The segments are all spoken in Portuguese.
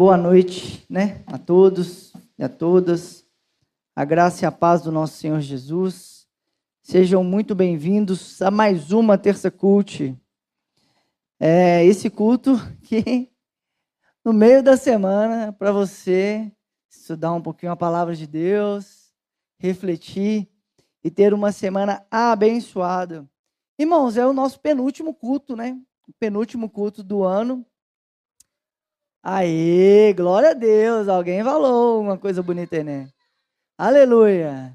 Boa noite, né, a todos e a todas. A graça e a paz do nosso Senhor Jesus. Sejam muito bem-vindos a mais uma Terça Cult. Esse culto que, no meio da semana, para você estudar um pouquinho a palavra de Deus, refletir e ter uma semana abençoada. Irmãos, é o nosso penúltimo culto, né? O penúltimo culto do ano. Aê, glória a Deus, alguém falou uma coisa bonita aí, né? Aleluia.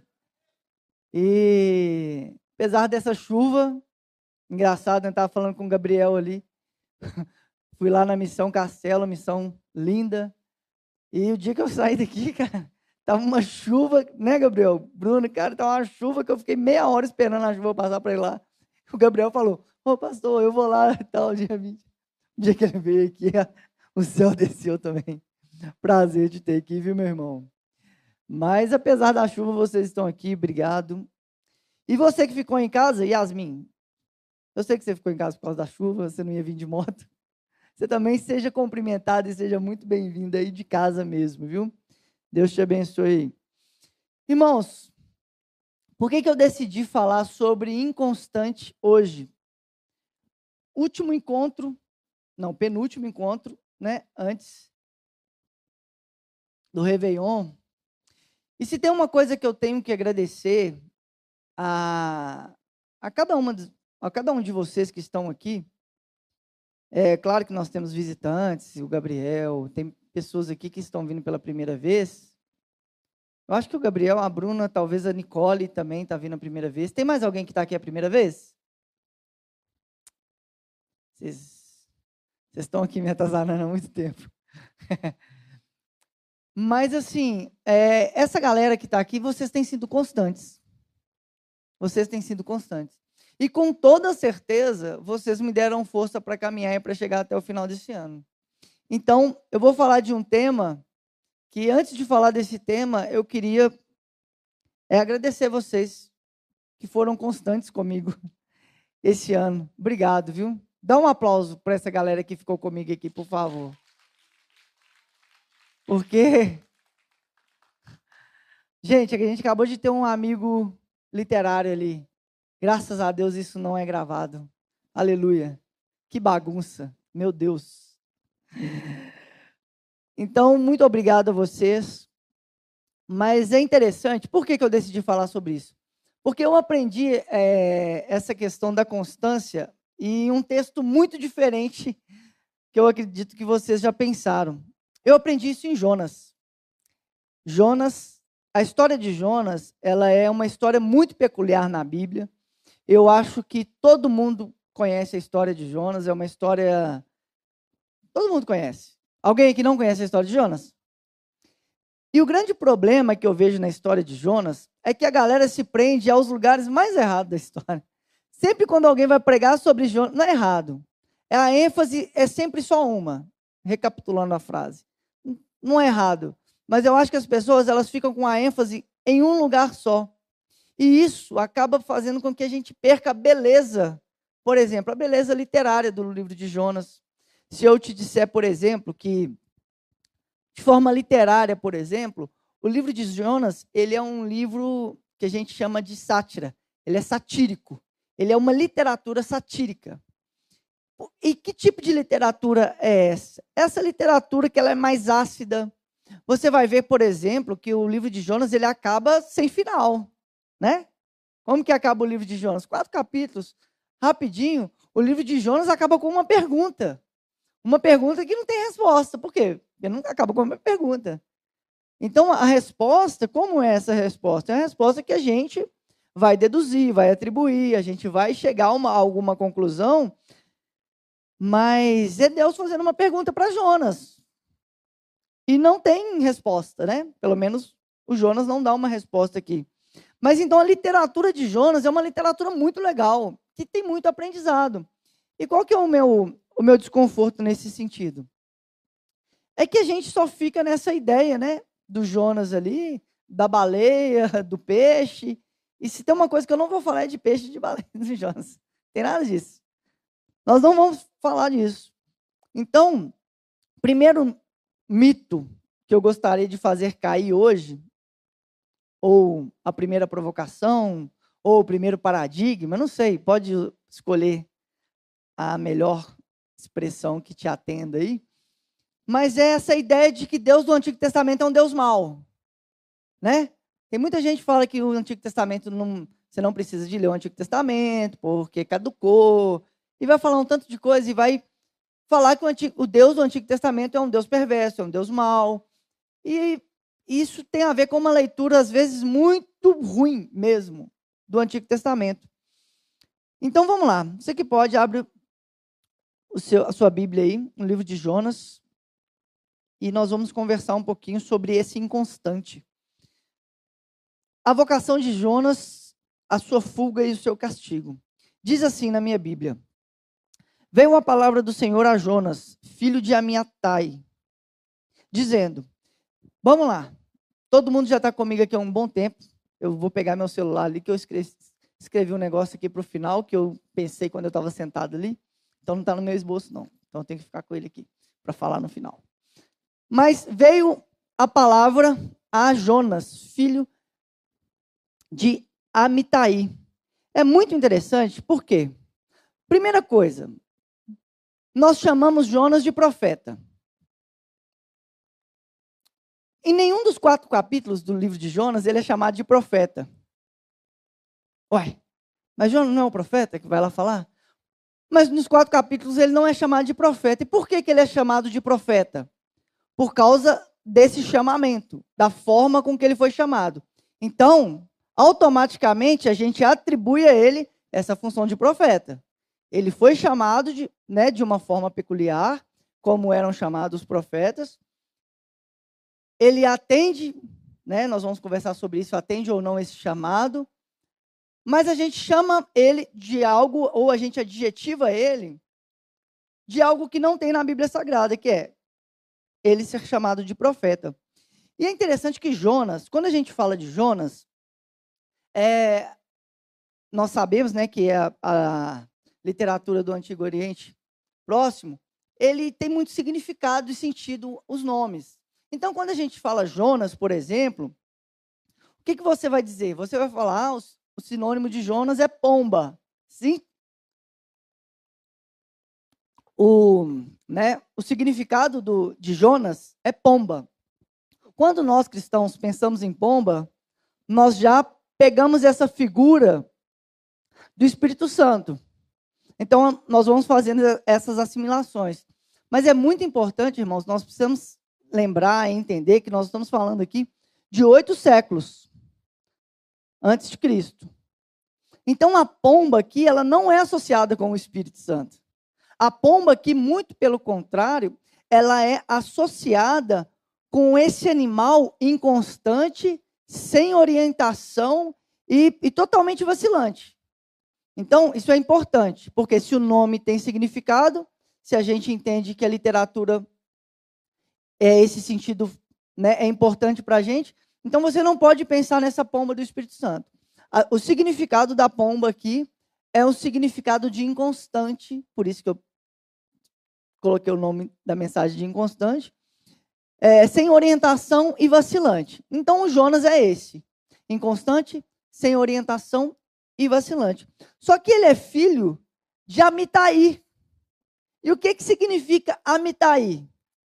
E apesar dessa chuva, engraçado, eu estava falando com o Gabriel ali, fui lá na Missão Castelo, missão linda, e o dia que eu saí daqui, cara, tava uma chuva, né, Gabriel? Bruno, cara, tava uma chuva que eu fiquei meia hora esperando a chuva passar para ir lá. O Gabriel falou, pastor, eu vou lá e tal, dia 20. O dia que ele veio aqui, o céu desceu também. Prazer de ter aqui, viu, meu irmão? Mas, apesar da chuva, vocês estão aqui, obrigado. E você que ficou em casa, Yasmin, eu sei que você ficou em casa por causa da chuva, você não ia vir de moto. Você também seja cumprimentado e seja muito bem-vindo aí de casa mesmo, viu? Deus te abençoe. Irmãos, por que eu decidi falar sobre inconstante hoje? Penúltimo encontro, né, antes do Réveillon. E se tem uma coisa que eu tenho que agradecer a cada um de vocês que estão aqui, é claro que nós temos visitantes, o Gabriel, tem pessoas aqui que estão vindo pela primeira vez. Eu acho que o Gabriel, a Bruna, talvez a Nicole também está vindo a primeira vez. Tem mais alguém que está aqui a primeira vez? Vocês estão aqui me atazanando há muito tempo. Mas, assim, essa galera que está aqui, vocês têm sido constantes. Vocês têm sido constantes. E, com toda certeza, vocês me deram força para caminhar e para chegar até o final desse ano. Então, eu vou falar de um tema que, antes de falar desse tema, eu queria agradecer vocês que foram constantes comigo esse ano. Obrigado, viu? Dá um aplauso para essa galera que ficou comigo aqui, por favor. Porque, gente, a gente acabou de ter um amigo literário ali. Graças a Deus isso não é gravado. Aleluia. Que bagunça. Meu Deus. Então, muito obrigado a vocês. Mas é interessante. Por que eu decidi falar sobre isso? Porque eu aprendi essa questão da constância em um texto muito diferente que eu acredito que vocês já pensaram. Eu aprendi isso em Jonas. A história de Jonas, ela é uma história muito peculiar na Bíblia. Eu acho que todo mundo conhece a história de Jonas, é uma história... Todo mundo conhece. Alguém aqui não conhece a história de Jonas? E o grande problema que eu vejo na história de Jonas é que a galera se prende aos lugares mais errados da história. Sempre quando alguém vai pregar sobre Jonas, não é errado. A ênfase é sempre só uma, recapitulando a frase. Não é errado. Mas eu acho que as pessoas elas ficam com a ênfase em um lugar só. E isso acaba fazendo com que a gente perca a beleza, por exemplo, a beleza literária do livro de Jonas. Se eu te disser, por exemplo, que de forma literária, por exemplo, o livro de Jonas, ele é um livro que a gente chama de sátira. Ele é satírico. Ele é uma literatura satírica. E que tipo de literatura é essa? Essa literatura que ela é mais ácida. Você vai ver, por exemplo, que o livro de Jonas ele acaba sem final, né? Como que acaba o livro de Jonas? 4 capítulos, rapidinho. O livro de Jonas acaba com uma pergunta que não tem resposta. Por quê? Porque não acaba com uma pergunta. Então, a resposta, como é essa resposta? É a resposta que a gente vai deduzir, vai atribuir, a gente vai chegar a alguma conclusão, mas é Deus fazendo uma pergunta para Jonas. E não tem resposta, né? Pelo menos o Jonas não dá uma resposta aqui. Mas então a literatura de Jonas é uma literatura muito legal, que tem muito aprendizado. E qual que é o meu desconforto nesse sentido? É que a gente só fica nessa ideia, né? Do Jonas ali, da baleia, do peixe. E se tem uma coisa que eu não vou falar é de peixe e de baleia do Jonas. Não tem nada disso. Nós não vamos falar disso. Então, primeiro, mito que eu gostaria de fazer cair hoje, ou a primeira provocação, ou o primeiro paradigma, não sei, pode escolher a melhor expressão que te atenda aí, mas é essa ideia de que Deus do Antigo Testamento é um Deus mau, né? Tem muita gente que fala que o Antigo Testamento você não precisa de ler o Antigo Testamento, porque caducou, e vai falar um tanto de coisa, e vai falar que o Deus do Antigo Testamento é um Deus perverso, é um Deus mau, e isso tem a ver com uma leitura, às vezes, muito ruim mesmo, do Antigo Testamento. Então, vamos lá. Você que pode, abre a sua Bíblia aí, no livro de Jonas, e nós vamos conversar um pouquinho sobre esse inconstante. A vocação de Jonas, a sua fuga e o seu castigo. Diz assim na minha Bíblia: veio a palavra do Senhor a Jonas, filho de Amiatai, dizendo, vamos lá, todo mundo já está comigo aqui há um bom tempo, eu vou pegar meu celular ali, que eu escrevi um negócio aqui para o final, que eu pensei quando eu estava sentado ali, então não está no meu esboço não, então eu tenho que ficar com ele aqui, para falar no final. Mas veio a palavra a Jonas, filho de Amitai. É muito interessante, por quê? Primeira coisa, nós chamamos Jonas de profeta. Em nenhum dos 4 capítulos do livro de Jonas, ele é chamado de profeta. Uai, mas Jonas não é o profeta que vai lá falar? Mas nos 4 capítulos ele não é chamado de profeta. E por que ele é chamado de profeta? Por causa desse chamamento, da forma com que ele foi chamado. Então, automaticamente, a gente atribui a ele essa função de profeta. Ele foi chamado de uma forma peculiar, como eram chamados os profetas. Ele atende, nós vamos conversar sobre isso, atende ou não esse chamado. Mas a gente chama ele de algo, ou a gente adjetiva ele, de algo que não tem na Bíblia Sagrada, que é ele ser chamado de profeta. E é interessante que Jonas, quando a gente fala de Jonas, nós sabemos que a literatura do Antigo Oriente Próximo, ele tem muito significado e sentido os nomes. Então, quando a gente fala Jonas, por exemplo, o que você vai dizer? Você vai falar, o sinônimo de Jonas é pomba, sim? O significado de Jonas é pomba. Quando nós cristãos pensamos em pomba, nós já pegamos essa figura do Espírito Santo. Então, nós vamos fazendo essas assimilações. Mas é muito importante, irmãos, nós precisamos lembrar e entender que nós estamos falando aqui de 8 séculos antes de Cristo. Então, a pomba aqui, ela não é associada com o Espírito Santo. A pomba aqui, muito pelo contrário, ela é associada com esse animal inconstante, sem orientação e totalmente vacilante. Então, isso é importante, porque se o nome tem significado, se a gente entende que a literatura é esse sentido, é importante para a gente, então você não pode pensar nessa pomba do Espírito Santo. O significado da pomba aqui é um significado de inconstante, por isso que eu coloquei o nome da mensagem de inconstante, sem orientação e vacilante. Então, o Jonas é esse, inconstante, sem orientação e vacilante. Só que ele é filho de Amitai. E o que significa Amitai?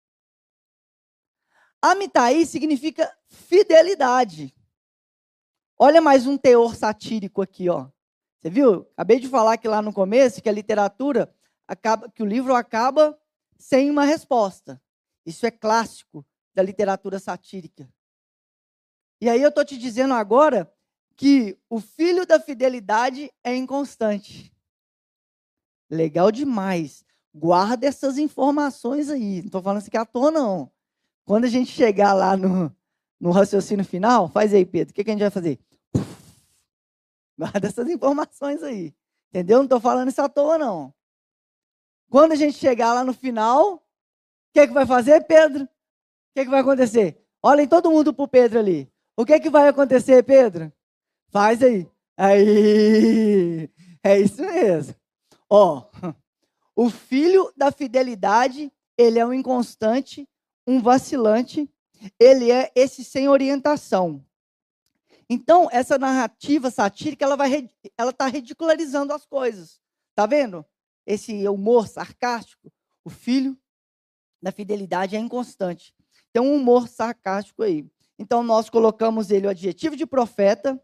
Amitai significa fidelidade. Olha mais um teor satírico aqui, ó. Você viu? Acabei de falar que lá no começo que a literatura que o livro acaba sem uma resposta. Isso é clássico da literatura satírica. E aí eu estou te dizendo agora que o filho da fidelidade é inconstante. Legal demais. Guarda essas informações aí. Não estou falando isso aqui à toa, não. Quando a gente chegar lá no raciocínio final, faz aí, Pedro. O que a gente vai fazer? Guarda essas informações aí. Entendeu? Não estou falando isso à toa, não. Quando a gente chegar lá no final, o que vai fazer, Pedro? O que vai acontecer? Olhem todo mundo para o Pedro ali. O que vai acontecer, Pedro? Faz aí. Aí. É isso mesmo. Ó, o filho da fidelidade, ele é um inconstante, um vacilante, ele é esse sem orientação. Então, essa narrativa satírica, ela está ridicularizando as coisas. Tá vendo? Esse humor sarcástico, o filho da fidelidade é inconstante. Tem um humor sarcástico aí. Então, nós colocamos ele o adjetivo de profeta,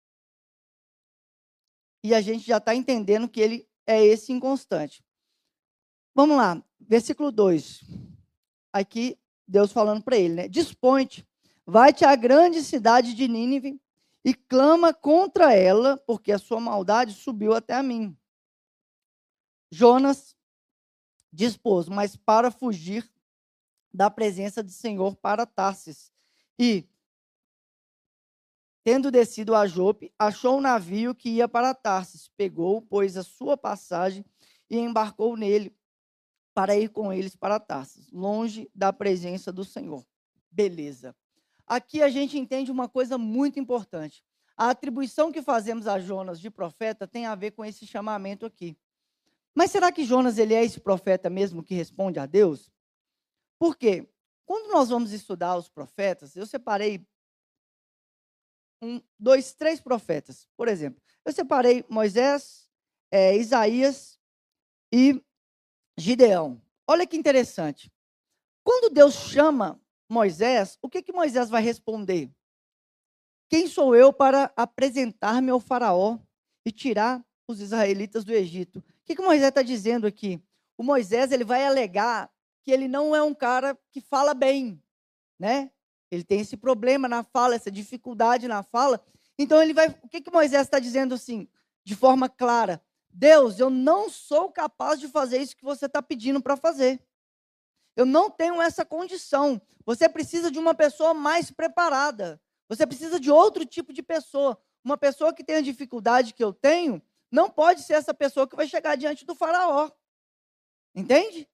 e a gente já está entendendo que ele é esse inconstante. Vamos lá, versículo 2. Aqui, Deus falando para ele, né? Dispõe-te, vai-te à grande cidade de Nínive e clama contra ela, porque a sua maldade subiu até a mim. Jonas dispôs, mas para fugir da presença do Senhor para Tarsis. E, tendo descido a Jope, achou um navio que ia para Tarsis. Pegou, pois, a sua passagem e embarcou nele para ir com eles para Tarsis, longe da presença do Senhor. Beleza. Aqui a gente entende uma coisa muito importante. A atribuição que fazemos a Jonas de profeta tem a ver com esse chamamento aqui. Mas será que Jonas ele é esse profeta mesmo que responde a Deus? Por quê? Quando nós vamos estudar os profetas, eu separei 3 profetas. Por exemplo, eu separei Moisés, Isaías e Gideão. Olha que interessante. Quando Deus chama Moisés, o que Moisés vai responder? Quem sou eu para apresentar-me ao faraó e tirar os israelitas do Egito? O que Moisés está dizendo aqui? O Moisés ele vai alegar que ele não é um cara que fala bem, né? Ele tem esse problema na fala, essa dificuldade na fala. Então ele vai. O que Moisés está dizendo assim, de forma clara? Deus, eu não sou capaz de fazer isso que você está pedindo para fazer. Eu não tenho essa condição. Você precisa de uma pessoa mais preparada. Você precisa de outro tipo de pessoa. Uma pessoa que tem a dificuldade que eu tenho, não pode ser essa pessoa que vai chegar diante do faraó. Entende?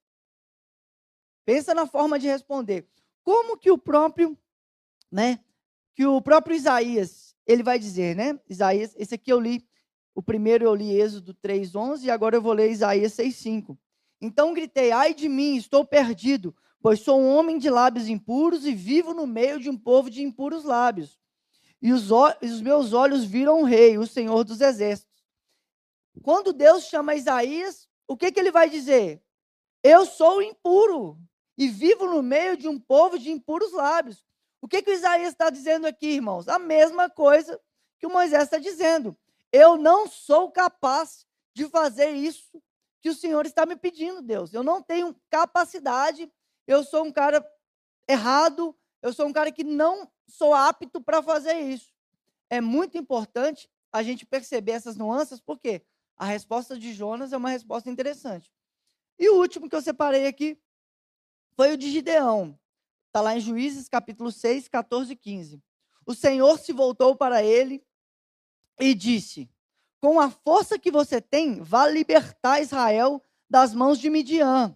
Pensa na forma de responder. Como que o próprio, né? Que o próprio Isaías, ele vai dizer, né? Isaías, esse aqui eu li, o primeiro eu li Êxodo 3:11 e agora eu vou ler Isaías 6:5. Então gritei: ai de mim, estou perdido, pois sou um homem de lábios impuros e vivo no meio de um povo de impuros lábios. E os meus olhos viram o rei, o Senhor dos exércitos. Quando Deus chama Isaías, o que ele vai dizer? Eu sou impuro e vivo no meio de um povo de impuros lábios. O que o Isaías está dizendo aqui, irmãos? A mesma coisa que o Moisés está dizendo. Eu não sou capaz de fazer isso que o Senhor está me pedindo, Deus. Eu não tenho capacidade, eu sou um cara errado, eu sou um cara que não sou apto para fazer isso. É muito importante a gente perceber essas nuances, porque a resposta de Jonas é uma resposta interessante. E o último que eu separei aqui foi o de Gideão. Está lá em Juízes, capítulo 6, 14 e 15. O Senhor se voltou para ele e disse: com a força que você tem, vá libertar Israel das mãos de Midian.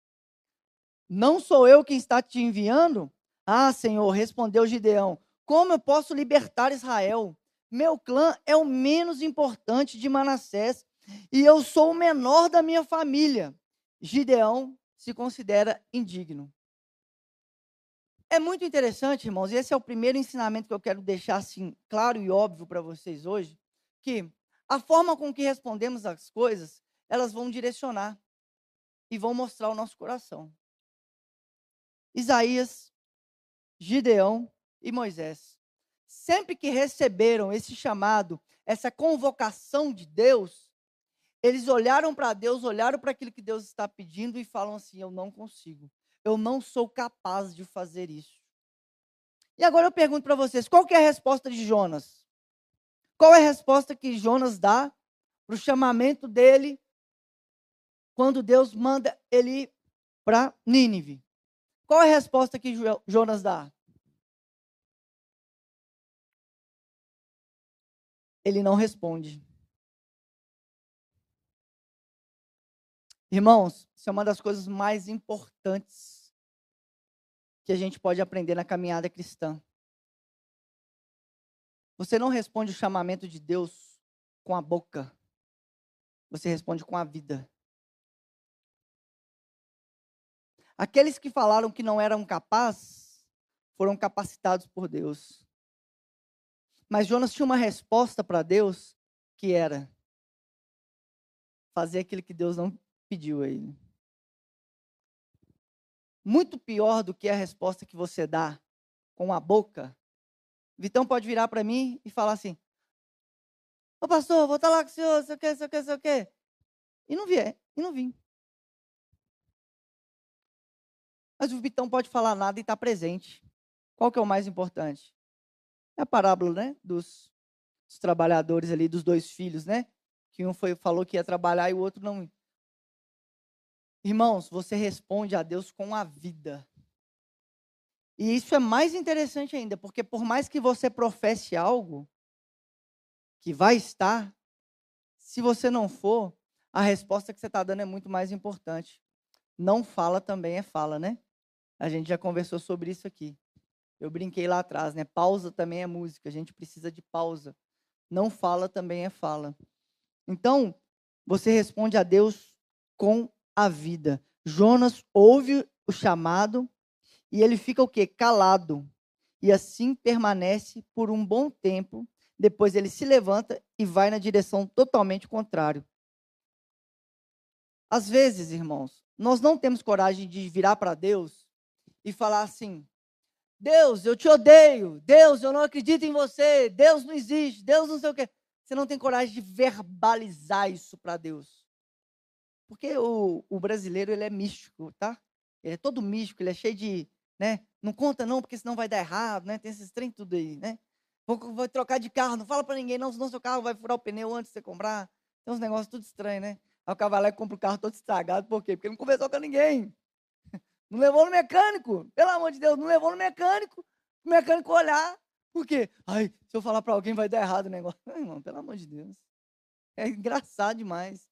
Não sou eu quem está te enviando? Ah, Senhor, respondeu Gideão, como eu posso libertar Israel? Meu clã é o menos importante de Manassés e eu sou o menor da minha família. Gideão se considera indigno. É muito interessante, irmãos, e esse é o primeiro ensinamento que eu quero deixar assim claro e óbvio para vocês hoje, que a forma com que respondemos às coisas, elas vão direcionar e vão mostrar o nosso coração. Isaías, Gideão e Moisés, sempre que receberam esse chamado, essa convocação de Deus, eles olharam para Deus, olharam para aquilo que Deus está pedindo e falam assim: eu não consigo, eu não sou capaz de fazer isso. E agora eu pergunto para vocês, qual que é a resposta de Jonas? Qual é a resposta que Jonas dá para o chamamento dele quando Deus manda ele ir para Nínive? Qual é a resposta que Jonas dá? Ele não responde. Irmãos, isso é uma das coisas mais importantes que a gente pode aprender na caminhada cristã. Você não responde o chamamento de Deus com a boca. Você responde com a vida. Aqueles que falaram que não eram capazes, foram capacitados por Deus. Mas Jonas tinha uma resposta para Deus, que era fazer aquilo que Deus não pediu a ele. Muito pior do que a resposta que você dá com a boca. Vitão pode virar para mim e falar assim: ô pastor, vou estar lá com o senhor, sei o quê, sei o quê, sei o quê. E não vier, e não vim. Mas o Vitão pode falar nada e estar presente. Qual que é o mais importante? É a parábola, né? Dos trabalhadores ali, dos dois filhos, né? Que um falou que ia trabalhar e o outro não. Irmãos, você responde a Deus com a vida. E isso é mais interessante ainda, porque por mais que você professe algo que vai estar, se você não for, a resposta que você está dando é muito mais importante. Não fala também é fala, né? A gente já conversou sobre isso aqui. Eu brinquei lá atrás, né? Pausa também é música, a gente precisa de pausa. Não fala também é fala. Então, você responde a Deus com a vida. Jonas ouve o chamado e ele fica o quê? Calado. E assim permanece por um bom tempo. Depois ele se levanta e vai na direção totalmente contrária. Às vezes, irmãos, nós não temos coragem de virar para Deus e falar assim: Deus, eu te odeio. Deus, eu não acredito em você. Deus não existe. Deus não sei o quê. Você não tem coragem de verbalizar isso para Deus. Porque o brasileiro, ele é místico, tá? Ele é todo místico, ele é cheio de, né? Não conta não, porque senão vai dar errado, né? Tem esses trem tudo aí, né? Vou trocar de carro, não fala para ninguém não, senão seu carro vai furar o pneu antes de você comprar. Tem uns negócios tudo estranhos, né? Aí o cavaleiro compra o carro todo estragado, por quê? Porque ele não conversou com ninguém. Não levou no mecânico, pelo amor de Deus, não levou no mecânico. O mecânico olhar, por quê? Ai, se eu falar para alguém vai dar errado o negócio. Não, irmão, pelo amor de Deus. É engraçado demais.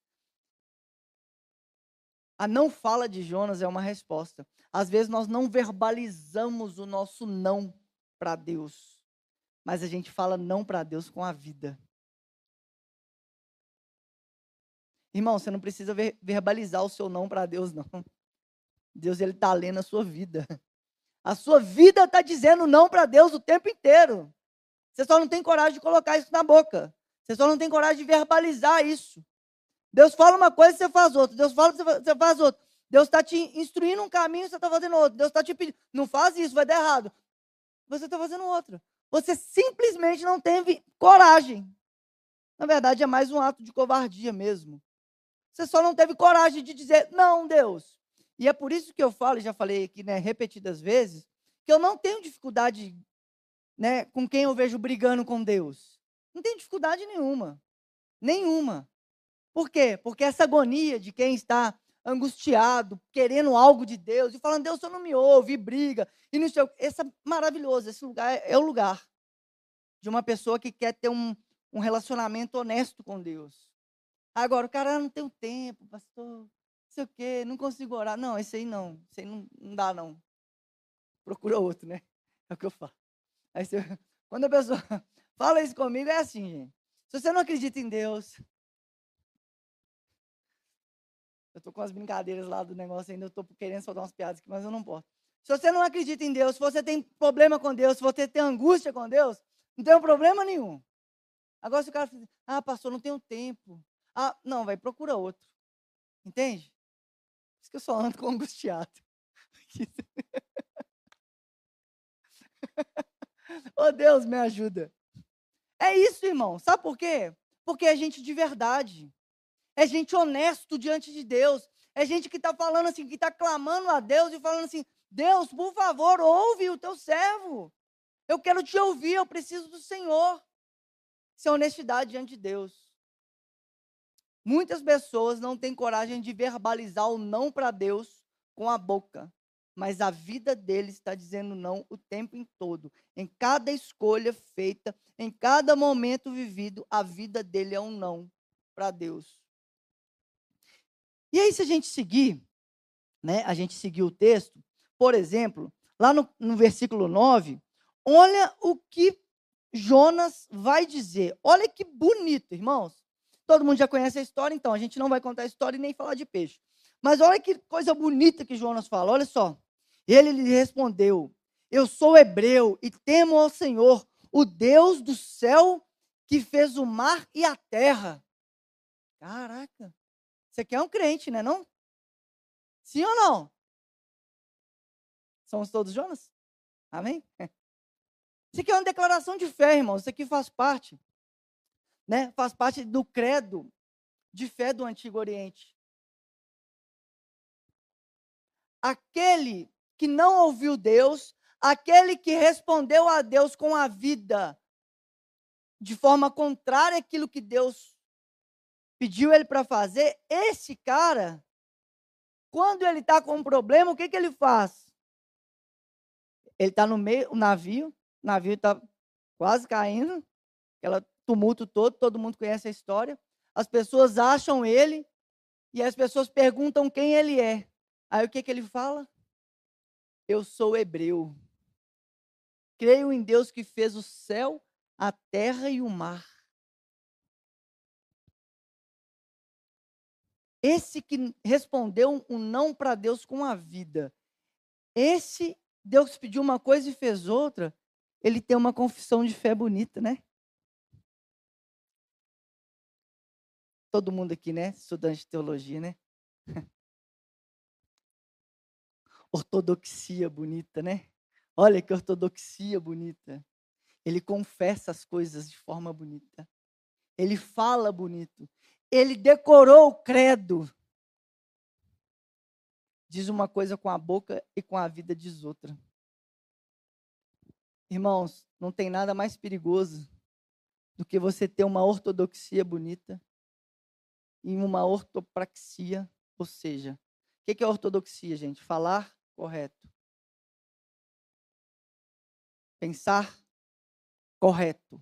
A não fala de Jonas é uma resposta. Às vezes nós não verbalizamos o nosso não para Deus, mas a gente fala não para Deus com a vida. Irmão, você não precisa verbalizar o seu não para Deus, não. Deus, ele está lendo a sua vida. A sua vida está dizendo não para Deus o tempo inteiro. Você só não tem coragem de colocar isso na boca. Você só não tem coragem de verbalizar isso. Deus fala uma coisa e você faz outra. Deus fala, você faz outra. Deus está te instruindo um caminho e você está fazendo outro. Deus está te pedindo, não faz isso, vai dar errado. Você está fazendo outra. Você simplesmente não teve coragem. Na verdade, é mais um ato de covardia mesmo. Você só não teve coragem de dizer, não, Deus. E é por isso que eu falo, e já falei aqui, né, repetidas vezes, que eu não tenho dificuldade, né, com quem eu vejo brigando com Deus. Não tenho dificuldade nenhuma. Nenhuma. Por quê? Porque essa agonia de quem está angustiado, querendo algo de Deus, e falando, Deus, você não me ouve, e briga, e não sei o que. Esse é maravilhoso, esse lugar é o lugar de uma pessoa que quer ter um relacionamento honesto com Deus. Agora, o cara não tem o tempo, pastor, não sei o quê, não consigo orar. Não, esse aí não dá não. Procura outro, né? É o que eu falo. Aí quando a pessoa fala isso comigo, é assim, gente. Se você não acredita em Deus, eu estou com as brincadeiras lá do negócio ainda, eu estou querendo soltar umas piadas aqui, mas eu não posso. Se você não acredita em Deus, se você tem problema com Deus, se você tem angústia com Deus, não tem problema nenhum. Agora se o cara fala, pastor, não tenho tempo. Não, vai, procura outro. Entende? Por isso que eu só ando com angustiado. Oh, Deus, me ajuda. É isso, irmão. Sabe por quê? Porque é gente de verdade. É gente honesto diante de Deus. É gente que está falando assim, que está clamando a Deus e falando assim, Deus, por favor, ouve o teu servo. Eu quero te ouvir, eu preciso do Senhor. Isso é honestidade diante de Deus. Muitas pessoas não têm coragem de verbalizar o não para Deus com a boca. Mas a vida deles está dizendo não o tempo todo. Em cada escolha feita, em cada momento vivido, a vida dele é um não para Deus. E aí, se a gente seguir, né, a gente seguir o texto, por exemplo, lá no versículo 9, olha o que Jonas vai dizer. Olha que bonito, irmãos. Todo mundo já conhece a história, então a gente não vai contar a história e nem falar de peixe. Mas olha que coisa bonita que Jonas fala, olha só. Ele lhe respondeu: eu sou hebreu e temo ao Senhor, o Deus do céu que fez o mar e a terra. Caraca, isso aqui é um crente, né não? Sim ou não? Somos todos Jonas? Amém? Isso aqui é uma declaração de fé, irmãos. Isso aqui faz parte, né? Faz parte do credo de fé do Antigo Oriente. Aquele que não ouviu Deus, aquele que respondeu a Deus com a vida de forma contrária àquilo que Deus pediu ele para fazer, esse cara, quando ele está com um problema, o que ele faz? Ele está no meio, o navio está quase caindo, aquele tumulto todo mundo conhece a história. As pessoas acham ele e as pessoas perguntam quem ele é. Aí o que ele fala? Eu sou hebreu. Creio em Deus que fez o céu, a terra e o mar. Esse que respondeu um não para Deus com a vida. Esse, Deus pediu uma coisa e fez outra. Ele tem uma confissão de fé bonita, né? Todo mundo aqui, né? Estudante de teologia, né? Ortodoxia bonita, né? Olha que ortodoxia bonita. Ele confessa as coisas de forma bonita. Ele fala bonito. Ele decorou o credo. Diz uma coisa com a boca e com a vida diz outra. Irmãos, não tem nada mais perigoso do que você ter uma ortodoxia bonita e uma ortopraxia, ou seja, o que é ortodoxia, gente? Falar correto. Pensar correto.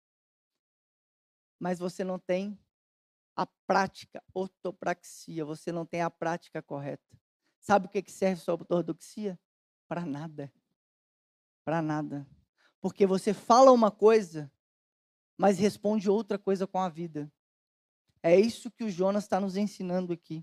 Mas você não tem a prática, ortopraxia, você não tem a prática correta. Sabe o que serve sua ortodoxia? Para nada. Para nada. Porque você fala uma coisa, mas responde outra coisa com a vida. É isso que o Jonas está nos ensinando aqui.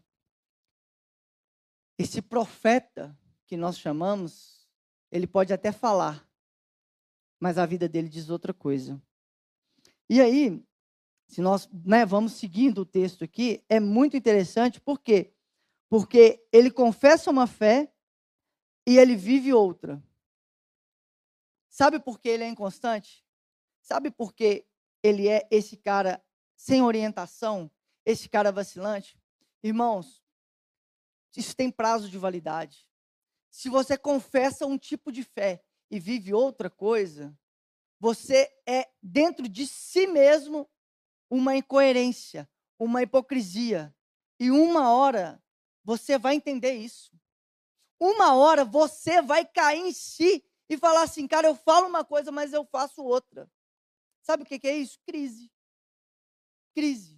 Esse profeta que nós chamamos, ele pode até falar, mas a vida dele diz outra coisa. E aí, se nós vamos seguindo o texto aqui, é muito interessante, por quê? Porque ele confessa uma fé e ele vive outra. Sabe por que ele é inconstante? Sabe por que ele é esse cara sem orientação, esse cara vacilante? Irmãos, isso tem prazo de validade. Se você confessa um tipo de fé e vive outra coisa, você é dentro de si mesmo uma incoerência, uma hipocrisia. E uma hora você vai entender isso. Uma hora você vai cair em si e falar assim, cara, eu falo uma coisa, mas eu faço outra. Sabe o que é isso? Crise. Crise.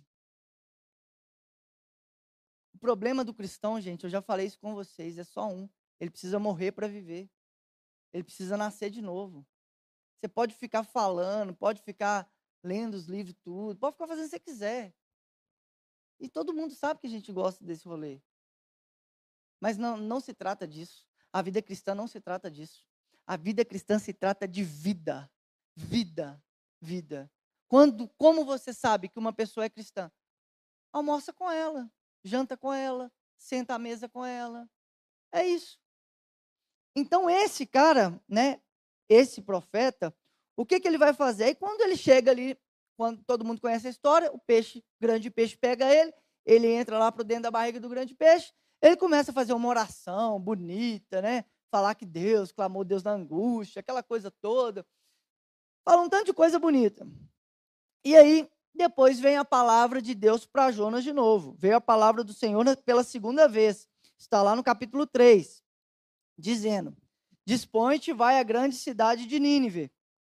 O problema do cristão, gente, eu já falei isso com vocês, é só um. Ele precisa morrer para viver. Ele precisa nascer de novo. Você pode ficar falando, pode ficar lendo os livros, tudo, pode ficar fazendo o que você quiser. E todo mundo sabe que a gente gosta desse rolê. Mas não se trata disso. A vida cristã não se trata disso. A vida cristã se trata de vida. Vida. Vida. Como você sabe que uma pessoa é cristã? Almoça com ela, janta com ela, senta à mesa com ela. É isso. Então esse cara, esse profeta, o que ele vai fazer? E quando ele chega ali, quando todo mundo conhece a história, o grande peixe pega ele entra lá para dentro da barriga do grande peixe, ele começa a fazer uma oração bonita, falar que Deus, clamou Deus na angústia, aquela coisa toda. Fala um tanto de coisa bonita. E aí, depois vem a palavra de Deus para Jonas de novo. Veio a palavra do Senhor pela segunda vez. Está lá no capítulo 3, dizendo: dispõe-te, vai à grande cidade de Nínive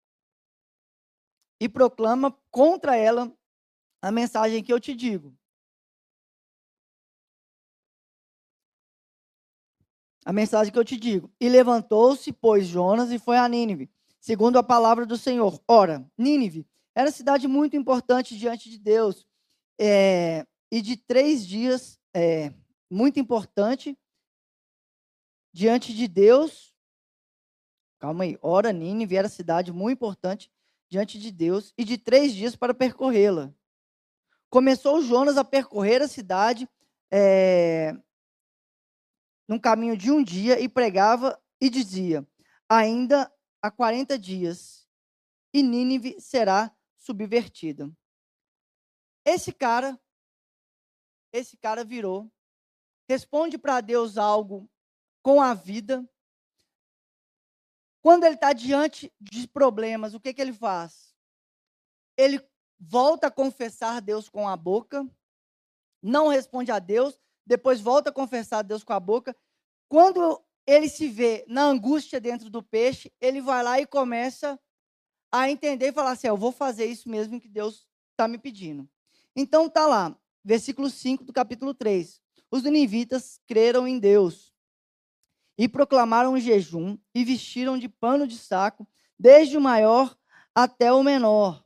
e proclama contra ela a mensagem que eu te digo. A mensagem que eu te digo. E levantou-se, pois, Jonas e foi a Nínive, segundo a palavra do Senhor. Ora, Nínive era cidade muito importante diante de Deus. E de 3 dias, muito importante diante de Deus. Calma aí. Ora, Nínive era cidade muito importante diante de Deus e de 3 dias para percorrê-la. Começou Jonas a percorrer a cidade num caminho de um dia e pregava e dizia: ainda há 40 dias e Nínive será subvertida. Esse cara virou, responde para Deus algo com a vida. Quando ele está diante de problemas, o que ele faz? Ele volta a confessar a Deus com a boca, não responde a Deus, depois volta a confessar a Deus com a boca. Quando ele se vê na angústia dentro do peixe, ele vai lá e começa a entender e falar assim: eu vou fazer isso mesmo que Deus está me pedindo. Então está lá, versículo 5 do capítulo 3. Os ninivitas creram em Deus e proclamaram um jejum e vestiram de pano de saco, desde o maior até o menor.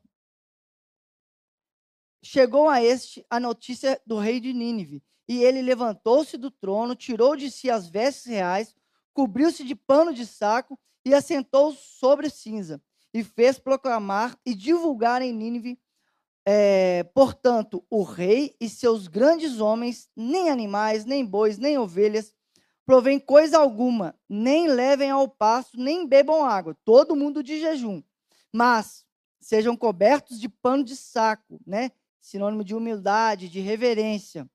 Chegou a este a notícia do rei de Nínive, e ele levantou-se do trono, tirou de si as vestes reais, cobriu-se de pano de saco e assentou sobre cinza, e fez proclamar e divulgar em Nínive, portanto, o rei e seus grandes homens, nem animais, nem bois, nem ovelhas, provém coisa alguma, nem levem ao pasto, nem bebam água, todo mundo de jejum, mas sejam cobertos de pano de saco, né? Sinônimo de humildade, de reverência.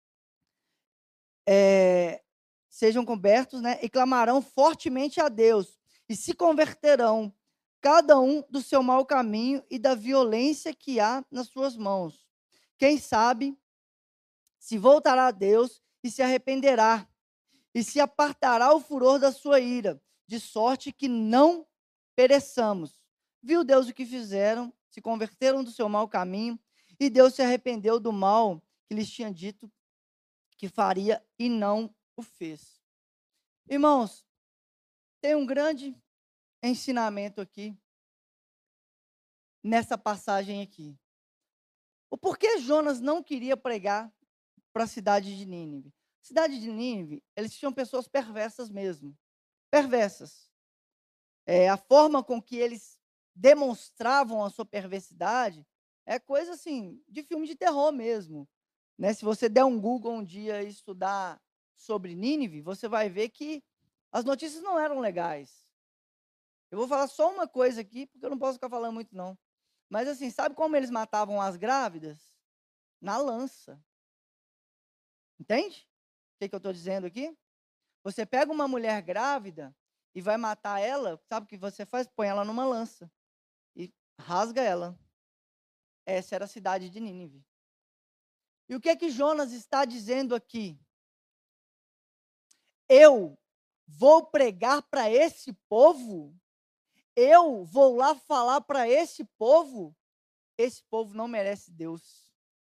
Sejam cobertos, né? E clamarão fortemente a Deus, e se converterão, cada um do seu mau caminho e da violência que há nas suas mãos. Quem sabe se voltará a Deus e se arrependerá, e se apartará o furor da sua ira, de sorte que não pereçamos. Viu Deus o que fizeram, se converteram do seu mau caminho, e Deus se arrependeu do mal que lhes tinha dito que faria e não o fez. Irmãos, tem um grande ensinamento aqui, nessa passagem aqui. O porquê Jonas não queria pregar para a cidade de Nínive? Cidade de Nínive, eles tinham pessoas perversas mesmo. Perversas. A forma com que eles demonstravam a sua perversidade é coisa assim, de filme de terror mesmo. Né? Se você der um Google um dia e estudar sobre Nínive, você vai ver que as notícias não eram legais. Eu vou falar só uma coisa aqui, porque eu não posso ficar falando muito não. Mas assim, sabe como eles matavam as grávidas? Na lança. Entende? O que eu estou dizendo aqui? Você pega uma mulher grávida e vai matar ela, sabe o que você faz? Põe ela numa lança e rasga ela. Essa era a cidade de Nínive. E o que é que Jonas está dizendo aqui? Eu vou pregar para esse povo? Eu vou lá falar para esse povo? Esse povo não merece Deus.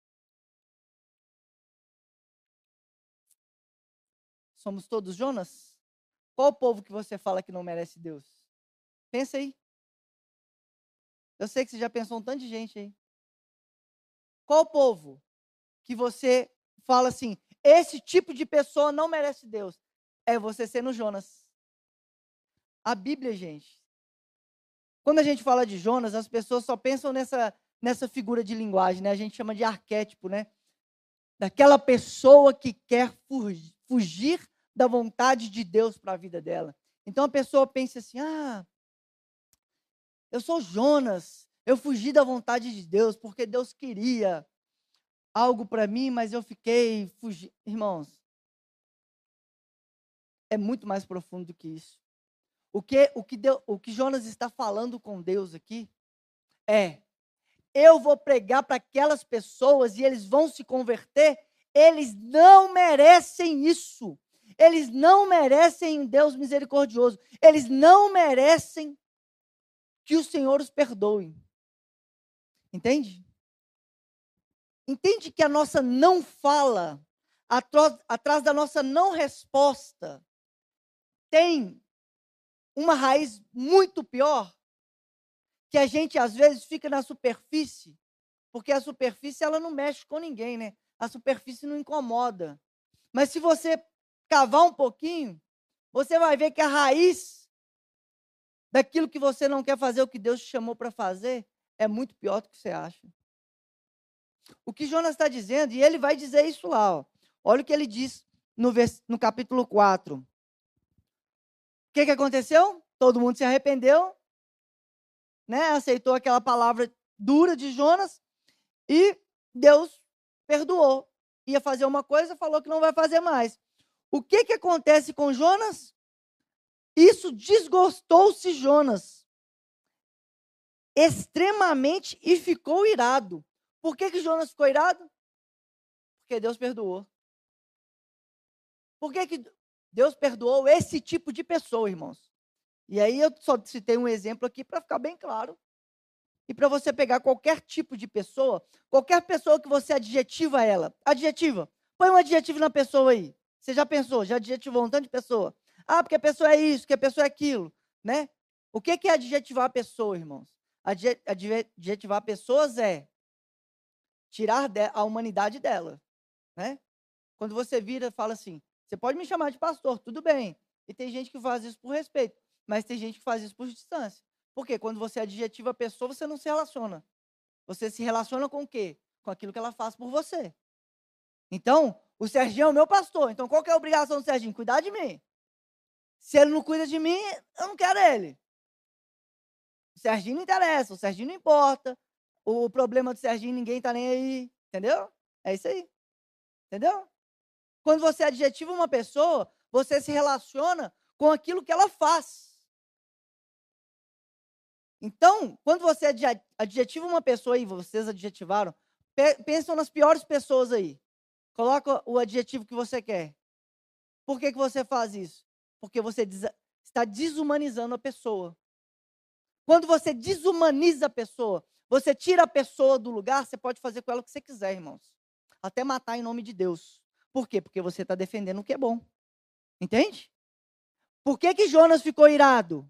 Somos todos Jonas? Qual o povo que você fala que não merece Deus? Pensa aí. Eu sei que você já pensou um tanto de gente aí. Qual o povo que você fala assim, esse tipo de pessoa não merece Deus? É você sendo Jonas. A Bíblia, gente. Quando a gente fala de Jonas, as pessoas só pensam nessa figura de linguagem, né? A gente chama de arquétipo, né? Daquela pessoa que quer fugir da vontade de Deus para a vida dela. Então a pessoa pensa assim: eu sou Jonas, eu fugi da vontade de Deus porque Deus queria algo para mim, mas eu fiquei fugindo. Irmãos, é muito mais profundo do que isso. O que Jonas está falando com Deus aqui é: eu vou pregar para aquelas pessoas e eles vão se converter. Eles não merecem isso. Eles não merecem um Deus misericordioso. Eles não merecem que o Senhor os perdoe. Entende? Entende que a nossa não fala, atrás da nossa não resposta, tem uma raiz muito pior, que a gente às vezes fica na superfície, porque a superfície ela não mexe com ninguém, né? A superfície não incomoda. Mas se você cavar um pouquinho, você vai ver que a raiz daquilo que você não quer fazer, o que Deus te chamou para fazer, é muito pior do que você acha. O que Jonas está dizendo, e ele vai dizer isso lá, ó. Olha o que ele diz no capítulo 4. O que aconteceu? Todo mundo se arrependeu, né? Aceitou aquela palavra dura de Jonas e Deus perdoou. Ia fazer uma coisa, falou que não vai fazer mais. O que acontece com Jonas? Isso desgostou-se Jonas extremamente e ficou irado. Por que Jonas ficou irado? Porque Deus perdoou. Por que Deus perdoou esse tipo de pessoa, irmãos? E aí eu só citei um exemplo aqui para ficar bem claro. E para você pegar qualquer tipo de pessoa, qualquer pessoa que você adjetiva ela, adjetiva. Põe um adjetivo na pessoa aí. Você já pensou? Já adjetivou um tanto de pessoa? Ah, porque a pessoa é isso, que a pessoa é aquilo, né? O que é adjetivar a pessoa, irmãos? Adjetivar pessoas é tirar a humanidade dela, né? Quando você vira e fala assim, você pode me chamar de pastor, tudo bem. E tem gente que faz isso por respeito, mas tem gente que faz isso por distância. Por quê? Quando você adjetiva a pessoa, você não se relaciona. Você se relaciona com o quê? Com aquilo que ela faz por você. Então, o Serginho é o meu pastor. Então, qual que é a obrigação do Serginho? Cuidar de mim. Se ele não cuida de mim, eu não quero ele. O Serginho não interessa, o Serginho não importa. O problema do Serginho, ninguém tá nem aí. Entendeu? É isso aí. Entendeu? Quando você adjetiva uma pessoa, você se relaciona com aquilo que ela faz. Então, quando você adjetiva uma pessoa, e vocês adjetivaram, pensam nas piores pessoas aí. Coloca o adjetivo que você quer. Por que você faz isso? Porque você está desumanizando a pessoa. Quando você desumaniza a pessoa, você tira a pessoa do lugar, você pode fazer com ela o que você quiser, irmãos. Até matar em nome de Deus. Por quê? Porque você está defendendo o que é bom. Entende? Por que Jonas ficou irado?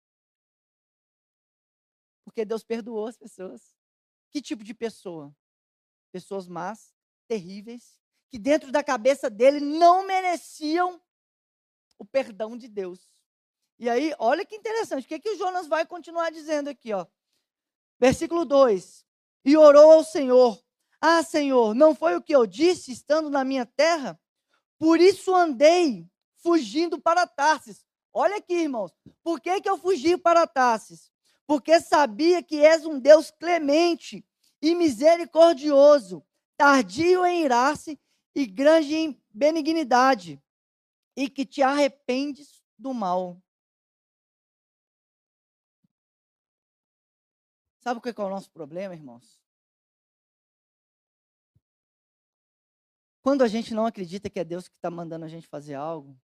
Porque Deus perdoou as pessoas. Que tipo de pessoa? Pessoas más, terríveis, que dentro da cabeça dele não mereciam o perdão de Deus. E aí, olha que interessante, o que o Jonas vai continuar dizendo aqui, ó. Versículo 2. E orou ao Senhor: Ah, Senhor, não foi o que eu disse estando na minha terra? Por isso andei fugindo para Tarsis. Olha aqui, irmãos. Por que eu fugi para Tarsis? Porque sabia que és um Deus clemente e misericordioso, tardio em irar-se e grande em benignidade, e que te arrependes do mal. Sabe o que é o nosso problema, irmãos? Quando a gente não acredita que é Deus que está mandando a gente fazer algo,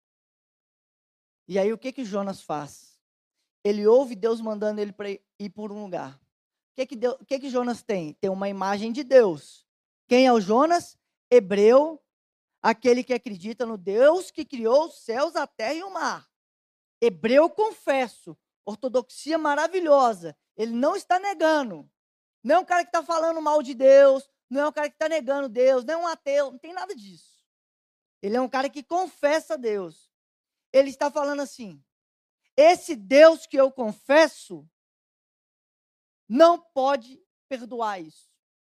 e aí o que Jonas faz? Ele ouve Deus mandando ele para ir por um lugar. O que Jonas tem? Tem uma imagem de Deus. Quem é o Jonas? Hebreu, aquele que acredita no Deus que criou os céus, a terra e o mar. Hebreu, confesso, ortodoxia maravilhosa. Ele não está negando. Não é um cara que está falando mal de Deus, não é um cara que está negando Deus, não é um ateu, não tem nada disso. Ele é um cara que confessa Deus. Ele está falando assim: esse Deus que eu confesso não pode perdoar isso.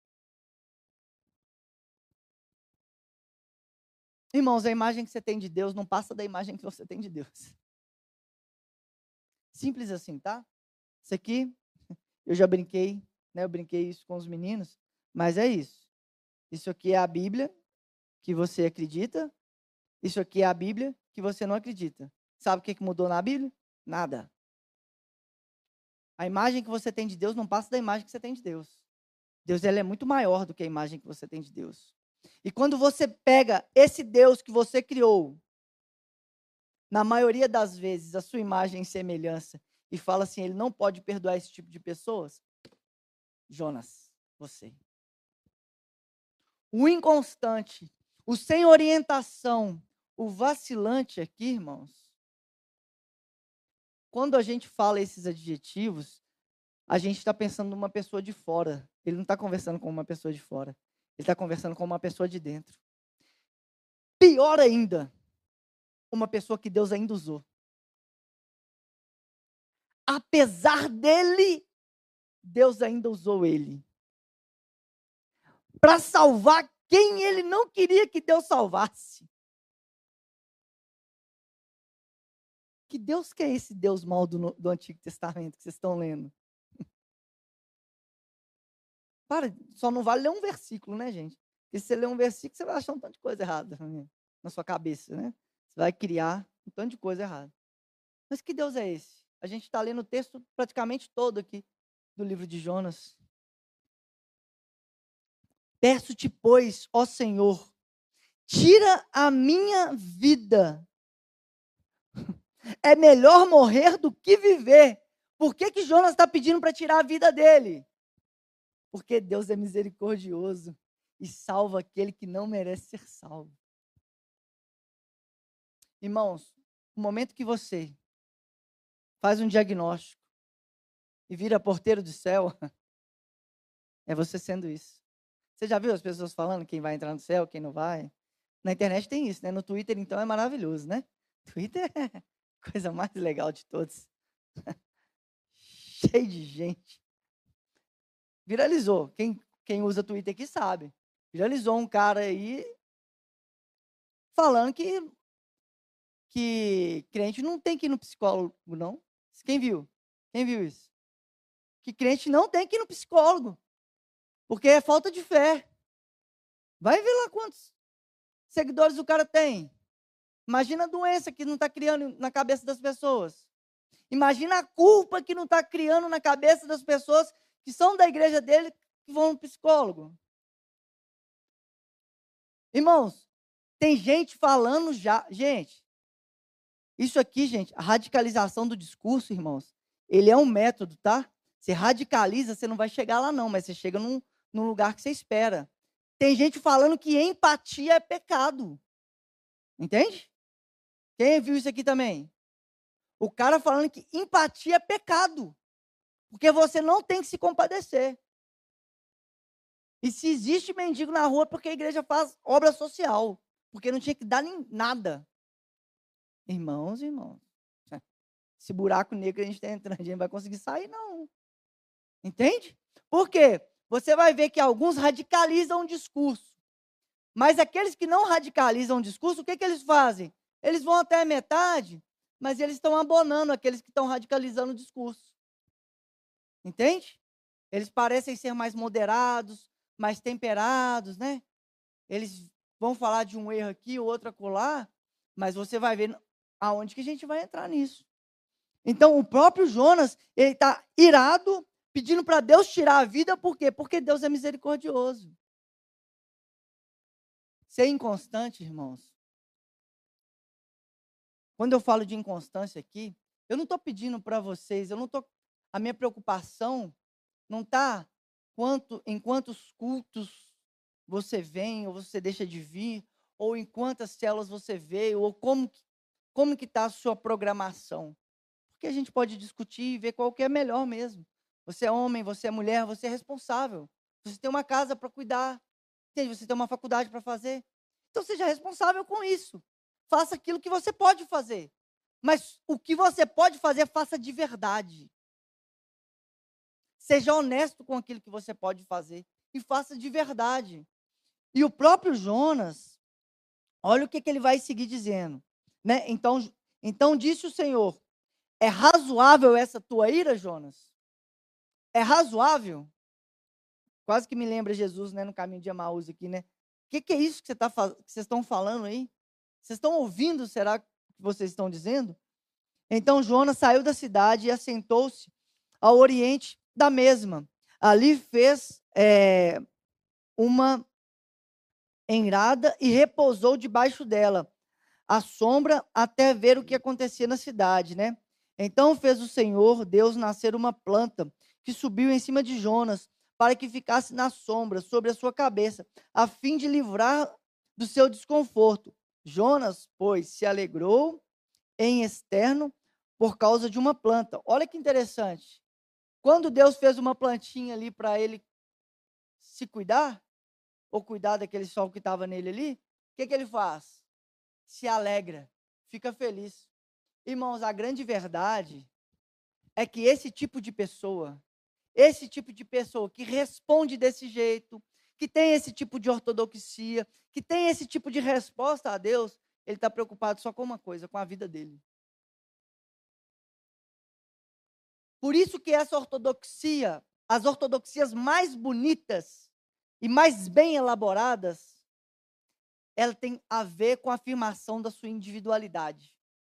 Irmãos, a imagem que você tem de Deus não passa da imagem que você tem de Deus. Simples assim, tá? Isso aqui, eu já brinquei, né? Eu brinquei isso com os meninos, mas é isso. Isso aqui é a Bíblia que você acredita, isso aqui é a Bíblia que você não acredita. Sabe o que mudou na Bíblia? Nada. A imagem que você tem de Deus não passa da imagem que você tem de Deus. Deus, ela é muito maior do que a imagem que você tem de Deus. E quando você pega esse Deus que você criou, na maioria das vezes, a sua imagem e semelhança, e fala assim, ele não pode perdoar esse tipo de pessoas, Jonas, você. O inconstante, o sem orientação, o vacilante aqui, irmãos, quando a gente fala esses adjetivos, a gente está pensando numa pessoa de fora. Ele não está conversando com uma pessoa de fora. Ele está conversando com uma pessoa de dentro. pior ainda, uma pessoa que Deus ainda usou. Apesar dele, Deus ainda usou ele para salvar quem ele não queria que Deus salvasse. Que Deus que é esse Deus mau do Antigo Testamento que vocês estão lendo? Para, só não vale ler um versículo, né, gente? Porque se você ler um versículo, você vai achar um tanto de coisa errada na sua cabeça, né? Você vai criar um tanto de coisa errada. Mas que Deus é esse? A gente está lendo o texto praticamente todo aqui do livro de Jonas. Peço-te, pois, ó Senhor, tira a minha vida. É melhor morrer do que viver. Por que Jonas está pedindo para tirar a vida dele? Porque Deus é misericordioso e salva aquele que não merece ser salvo. Irmãos, no momento que você faz um diagnóstico e vira porteiro do céu, é você sendo isso. Você já viu as pessoas falando quem vai entrar no céu, quem não vai? Na internet tem isso, né? No Twitter, então, é maravilhoso, né? Twitter é a coisa mais legal de todos. Cheio de gente. Viralizou. Quem usa Twitter aqui sabe. Viralizou um cara aí falando que crente não tem que ir no psicólogo, não. Quem viu? Quem viu isso? Que crente não tem que ir no psicólogo. Porque é falta de fé. Vai ver lá quantos seguidores o cara tem. Imagina a doença que não está criando na cabeça das pessoas. Imagina a culpa que não está criando na cabeça das pessoas que são da igreja dele, que vão no psicólogo. Irmãos, tem gente falando já. Gente, isso aqui, gente, a radicalização do discurso, irmãos, ele é um método, tá? Você radicaliza, você não vai chegar lá não, mas você chega num lugar que você espera. Tem gente falando que empatia é pecado. Entende? Quem viu isso aqui também? O cara falando que empatia é pecado. Porque você não tem que se compadecer. E se existe mendigo na rua, porque a igreja faz obra social. Porque não tinha que dar nem nada. Irmãos, esse buraco negro que a gente está entrando, a gente não vai conseguir sair, não. Entende? Por quê? Você vai ver que alguns radicalizam o discurso. Mas aqueles que não radicalizam o discurso, o que eles fazem? Eles vão até a metade, mas eles estão abonando aqueles que estão radicalizando o discurso. Entende? Eles parecem ser mais moderados, mais temperados, né? Eles vão falar de um erro aqui, outro acolá, mas você vai ver aonde que a gente vai entrar nisso. Então, o próprio Jonas, ele está irado, pedindo para Deus tirar a vida, por quê? Porque Deus é misericordioso. Ser inconstante, irmãos. Quando eu falo de inconstância aqui, eu não estou pedindo para vocês, a minha preocupação não está em quantos cultos você vem ou você deixa de vir, ou em quantas células você veio, ou como que está a sua programação. Porque a gente pode discutir e ver qual que é melhor mesmo. Você é homem, você é mulher, você é responsável. Você tem uma casa para cuidar, entende? Você tem uma faculdade para fazer. Então seja responsável com isso. Faça aquilo que você pode fazer. Mas o que você pode fazer, faça de verdade. Seja honesto com aquilo que você pode fazer e faça de verdade. E o próprio Jonas, olha o que ele vai seguir dizendo, né? Então disse o Senhor: é razoável essa tua ira, Jonas? É razoável? Quase que me lembra Jesus, né, no caminho de Emaús aqui, né? O que é isso que vocês estão falando aí? Vocês estão ouvindo, será que vocês estão dizendo? Então Jonas saiu da cidade e assentou-se ao oriente da mesma. Ali fez uma enrada e repousou debaixo dela, à sombra, até ver o que acontecia na cidade, né? Então fez o Senhor Deus nascer uma planta que subiu em cima de Jonas, para que ficasse na sombra sobre a sua cabeça, a fim de livrar do seu desconforto. Jonas, pois, se alegrou em externo por causa de uma planta. Olha que interessante. Quando Deus fez uma plantinha ali para ele se cuidar, ou cuidar daquele sol que estava nele ali, o que ele faz? se alegra, fica feliz. Irmãos, a grande verdade é que esse tipo de pessoa que responde desse jeito, que tem esse tipo de ortodoxia, que tem esse tipo de resposta a Deus, ele está preocupado só com uma coisa, com a vida dele. Por isso que essa ortodoxia, as ortodoxias mais bonitas e mais bem elaboradas, ela tem a ver com a afirmação da sua individualidade.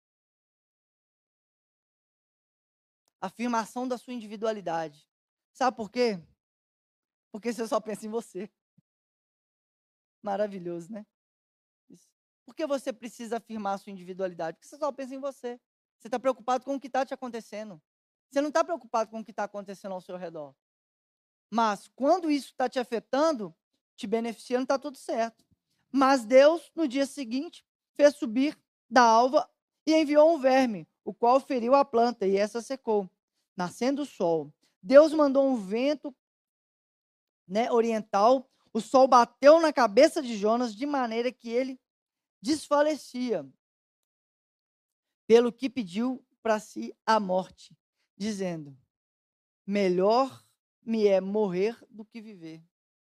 Afirmação da sua individualidade. Sabe por quê? Porque você só pensa em você. Maravilhoso, né? Por que você precisa afirmar a sua individualidade? Porque você só pensa em você. Você está preocupado com o que está te acontecendo. Você não está preocupado com o que está acontecendo ao seu redor. Mas quando isso está te afetando, te beneficiando, está tudo certo. Mas Deus, no dia seguinte, fez subir da alva e enviou um verme, o qual feriu a planta, e essa secou. Nascendo o sol, Deus mandou um vento, oriental, o sol bateu na cabeça de Jonas de maneira que ele desfalecia, pelo que pediu para si a morte, dizendo: melhor me é morrer do que viver.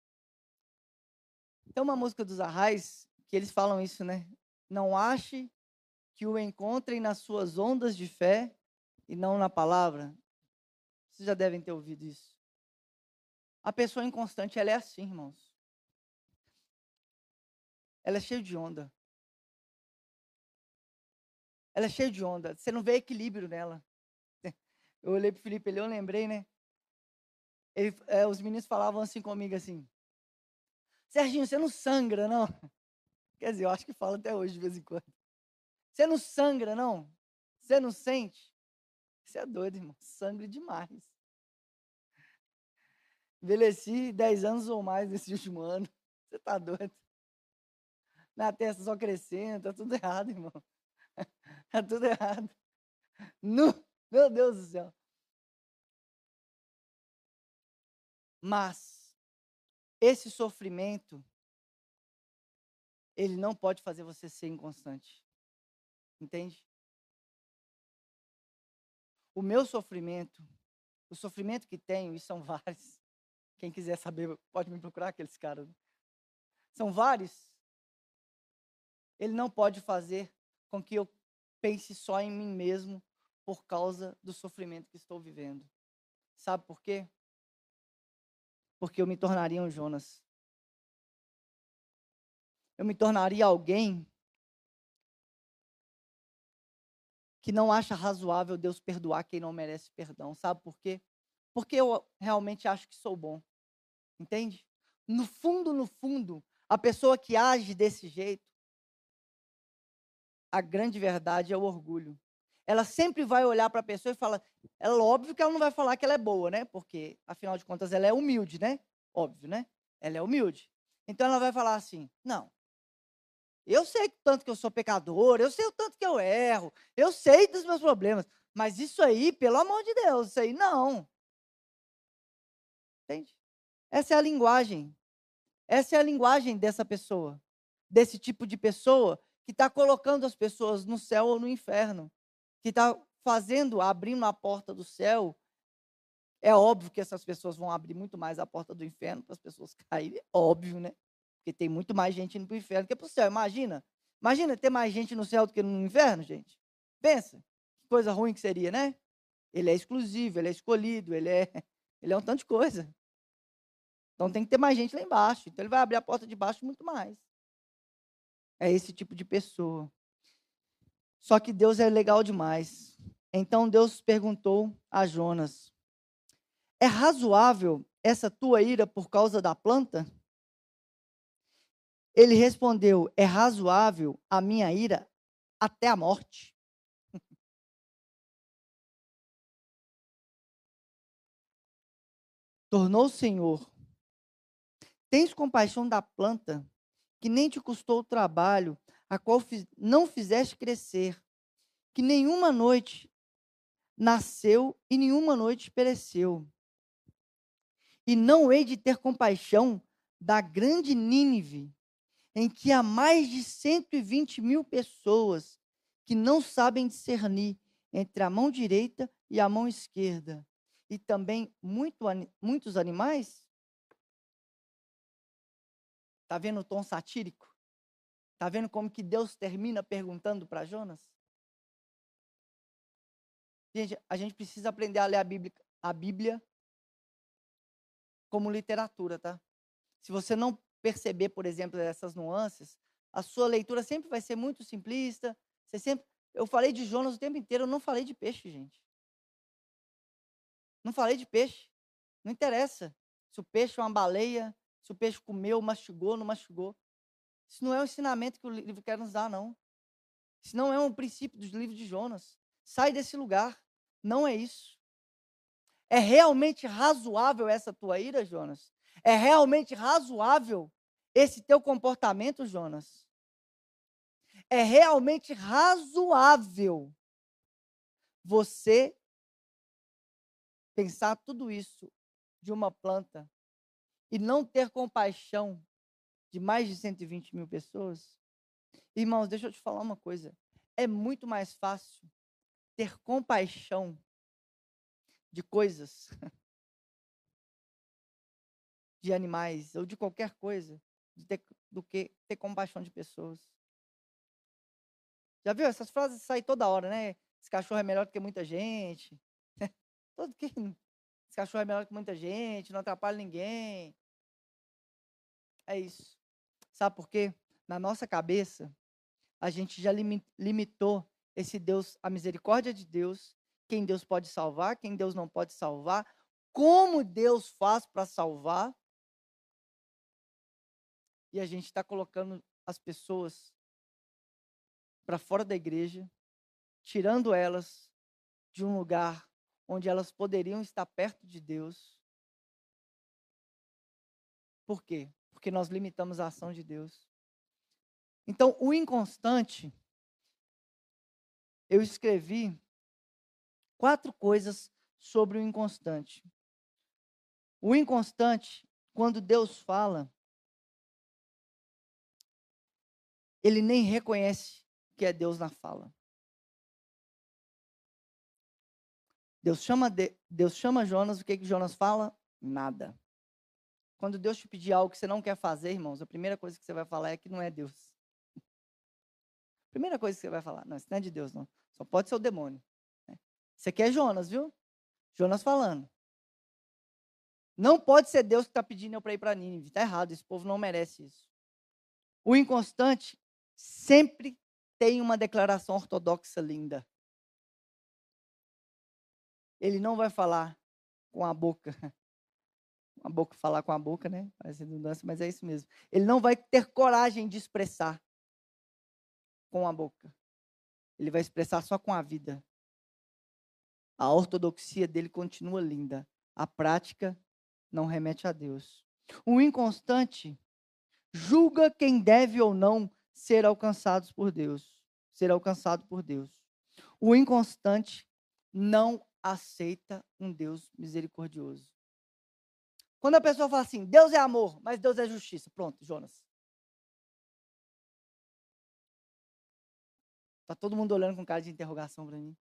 Tem uma música dos Arrais que eles falam isso, né? Não ache que o encontrem nas suas ondas de fé e não na palavra. Vocês já devem ter ouvido isso. A pessoa inconstante, ela é assim, irmãos. Ela é cheia de onda. Ela é cheia de onda. Você não vê equilíbrio nela. Eu olhei para o Felipe ali, eu lembrei, né? Os meninos falavam assim comigo, assim: Serginho, você não sangra, não? Quer dizer, eu acho que fala até hoje, de vez em quando. Você não sangra, não? Você não sente? Você é doido, irmão. Sangue demais. Envelheci 10 anos ou mais nesse último ano. Você tá doido? Na testa só crescendo, tá tudo errado, irmão. Tá tudo errado. Meu Deus do céu. Mas esse sofrimento, ele não pode fazer você ser inconstante. Entende? O meu sofrimento, o sofrimento que tenho, e são vários. Quem quiser saber, pode me procurar, aqueles caras. São vários. Ele não pode fazer com que eu pense só em mim mesmo por causa do sofrimento que estou vivendo. Sabe por quê? Porque eu me tornaria um Jonas. Eu me tornaria alguém que não acha razoável Deus perdoar quem não merece perdão. Sabe por quê? Porque eu realmente acho que sou bom. Entende? No fundo, a pessoa que age desse jeito, a grande verdade é o orgulho. Ela sempre vai olhar para a pessoa e falar, é óbvio que ela não vai falar que ela é boa, né? Porque, afinal de contas, ela é humilde, né? Óbvio, né? Ela é humilde. Então ela vai falar assim, não, eu sei o tanto que eu sou pecador, eu sei o tanto que eu erro, eu sei dos meus problemas, mas isso aí, pelo amor de Deus, isso aí não. Entende? Essa é a linguagem. Essa é a linguagem dessa pessoa, desse tipo de pessoa que está colocando as pessoas no céu ou no inferno, que está abrindo a porta do céu. É óbvio que essas pessoas vão abrir muito mais a porta do inferno para as pessoas caírem, é óbvio, né? Porque tem muito mais gente indo para o inferno que para o céu. Imagina ter mais gente no céu do que no inferno, gente. Pensa, que coisa ruim que seria, né? Ele é exclusivo, ele é escolhido, ele é um tanto de coisa. Então tem que ter mais gente lá embaixo. Então ele vai abrir a porta de baixo muito mais. É esse tipo de pessoa. Só que Deus é legal demais. Então Deus perguntou a Jonas: é razoável essa tua ira por causa da planta? Ele respondeu: é razoável a minha ira até a morte. Tornou o Senhor: tens compaixão da planta, que nem te custou trabalho, a qual não fizeste crescer, que nenhuma noite nasceu e nenhuma noite pereceu. E não hei de ter compaixão da grande Nínive, em que há mais de 120 mil pessoas que não sabem discernir entre a mão direita e a mão esquerda, e também muitos animais. Está vendo o tom satírico? Está vendo como que Deus termina perguntando para Jonas? Gente, a gente precisa aprender a ler a Bíblia como literatura, tá? Se você não perceber, por exemplo, essas nuances, a sua leitura sempre vai ser muito simplista. Eu falei de Jonas o tempo inteiro, eu não falei de peixe, gente. Não falei de peixe. Não interessa se o peixe é uma baleia, se o peixe comeu, mastigou, não mastigou. Isso não é o ensinamento que o livro quer nos dar, não. Isso não é um princípio dos livros de Jonas. Sai desse lugar. Não é isso. É realmente razoável essa tua ira, Jonas? É realmente razoável esse teu comportamento, Jonas? É realmente razoável você pensar tudo isso de uma planta e não ter compaixão de mais de 120 mil pessoas? Irmãos, deixa eu te falar uma coisa. É muito mais fácil ter compaixão de coisas, de animais ou de qualquer coisa, do que ter compaixão de pessoas. Já viu? Essas frases saem toda hora, né? Esse cachorro é melhor do que muita gente. Esse cachorro é melhor que muita gente, não atrapalha ninguém. É isso. Sabe por quê? Na nossa cabeça, a gente já limitou esse Deus, a misericórdia de Deus, quem Deus pode salvar, quem Deus não pode salvar, como Deus faz para salvar. E a gente está colocando as pessoas para fora da igreja, tirando elas de um lugar onde elas poderiam estar perto de Deus. Por quê? Porque nós limitamos a ação de Deus. Então, o inconstante, eu escrevi 4 coisas sobre o inconstante. O inconstante, quando Deus fala, ele nem reconhece que é Deus na fala. Deus chama Jonas, o que Jonas fala? Nada. Quando Deus te pedir algo que você não quer fazer, irmãos, a primeira coisa que você vai falar é que não é Deus. Primeira coisa que você vai falar, não, isso não é de Deus, não. Só pode ser o demônio. Isso aqui é Jonas, viu? Jonas falando. Não pode ser Deus que está pedindo eu para ir para Nínive. Está errado, esse povo não merece isso. O inconstante sempre tem uma declaração ortodoxa linda. Ele não vai falar com a boca. A boca falar com a boca, né? Parece redundância, mas é isso mesmo. Ele não vai ter coragem de expressar com a boca. Ele vai expressar só com a vida. A ortodoxia dele continua linda. A prática não remete a Deus. O inconstante julga quem deve ou não ser alcançado por Deus. Ser alcançado por Deus. O inconstante não aceita um Deus misericordioso. Quando a pessoa fala assim, Deus é amor, mas Deus é justiça. Pronto, Jonas. Está todo mundo olhando com cara de interrogação para mim.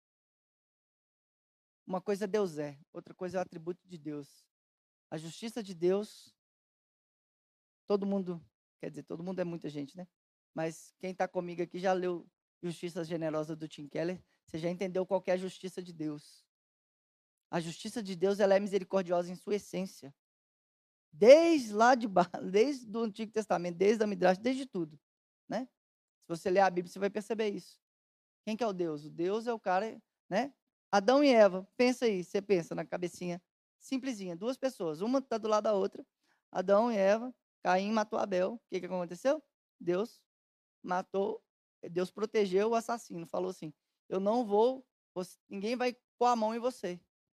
Uma coisa Deus é, outra coisa é o atributo de Deus. A justiça de Deus, todo mundo, quer dizer, todo mundo é muita gente, né? Mas quem está comigo aqui já leu Justiça Generosa do Tim Keller, você já entendeu qual que é a justiça de Deus. A justiça de Deus, ela é misericordiosa em sua essência. Desde lá de baixo, desde o Antigo Testamento, desde a Midrash, desde tudo, né? Se você ler a Bíblia, você vai perceber isso. Quem que é o Deus? O Deus é o cara, né? Adão e Eva, pensa aí, você pensa na cabecinha simplesinha, 2 pessoas, uma está do lado da outra, Adão e Eva, Caim matou Abel, o que aconteceu? Deus protegeu o assassino, falou assim, eu não vou, ninguém vai pôr a mão em você.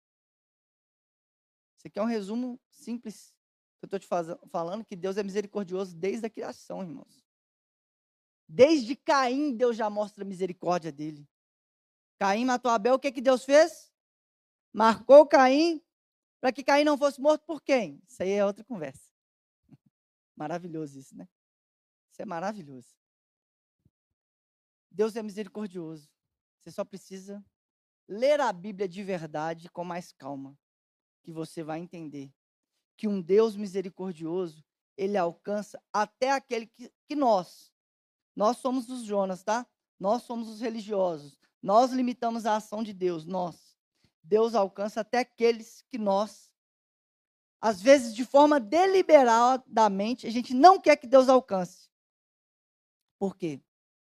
Isso aqui é um resumo simples que eu estou te falando, que Deus é misericordioso desde a criação, irmãos. Desde Caim, Deus já mostra a misericórdia dele. Caim matou Abel, o que Deus fez? Marcou Caim, para que Caim não fosse morto por quem? Isso aí é outra conversa. Maravilhoso isso, né? Isso é maravilhoso. Deus é misericordioso. Você só precisa ler a Bíblia de verdade com mais calma, que você vai entender que um Deus misericordioso, ele alcança até aquele que nós somos os Jonas, tá? Nós somos os religiosos. Nós limitamos a ação de Deus, nós. Deus alcança até aqueles que nós, às vezes de forma deliberadamente, a gente não quer que Deus alcance. Por quê?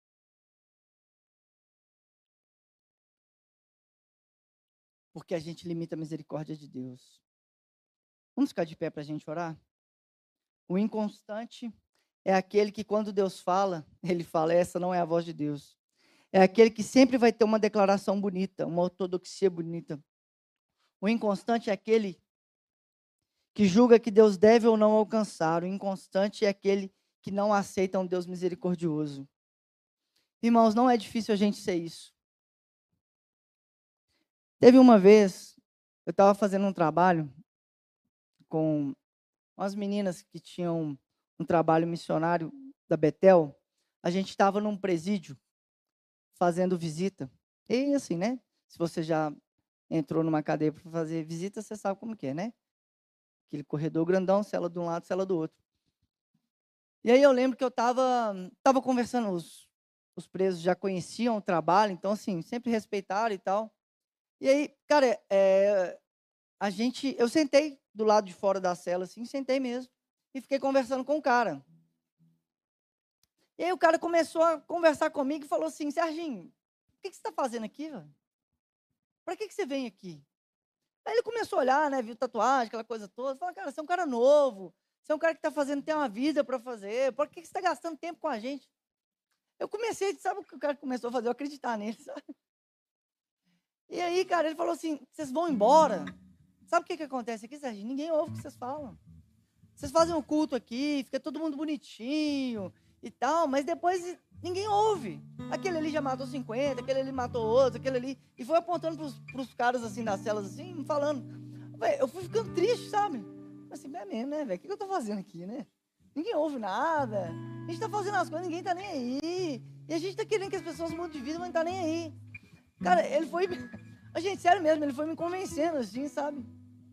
Porque a gente limita a misericórdia de Deus. Vamos ficar de pé para a gente orar? O inconstante é aquele que, quando Deus fala, ele fala, essa não é a voz de Deus. É aquele que sempre vai ter uma declaração bonita, uma ortodoxia bonita. O inconstante é aquele que julga que Deus deve ou não alcançar. O inconstante é aquele que não aceita um Deus misericordioso. Irmãos, não é difícil a gente ser isso. Teve uma vez, eu estava fazendo um trabalho com umas meninas que tinham um trabalho missionário da Betel. A gente estava num presídio, fazendo visita. E assim, né? Se você já entrou numa cadeia para fazer visita, você sabe como que é, né? Aquele corredor grandão, cela de um lado, cela do outro. E aí eu lembro que eu estava conversando, os presos já conheciam o trabalho, então assim, sempre respeitaram e tal. E aí, cara, eu sentei do lado de fora da cela, assim, sentei mesmo, e fiquei conversando com o cara. E aí o cara começou a conversar comigo e falou assim, Serginho, o que você está fazendo aqui, velho? Para que você vem aqui? Aí ele começou a olhar, né, viu tatuagem, aquela coisa toda, falou, cara, você é um cara novo, você é um cara que está fazendo, tem uma vida para fazer, por que você está gastando tempo com a gente? Eu comecei, sabe o que o cara começou a fazer? Eu acreditar nele, sabe? E aí, cara, ele falou assim, vocês vão embora? Sabe o que acontece aqui, Serginho? Ninguém ouve o que vocês falam. Vocês fazem um culto aqui, fica todo mundo bonitinho e tal, mas depois ninguém ouve. Aquele ali já matou 50, aquele ali matou outro, aquele ali... E foi apontando pros caras, assim, das celas, assim, falando. Véio, eu fui ficando triste, sabe? Assim, é mesmo, né, velho? O que eu tô fazendo aqui, né? Ninguém ouve nada. A gente tá fazendo as coisas, ninguém tá nem aí. E a gente tá querendo que as pessoas mudem de vida, mas não tá nem aí. Cara, ele foi... A gente, sério mesmo, ele foi me convencendo, assim, sabe?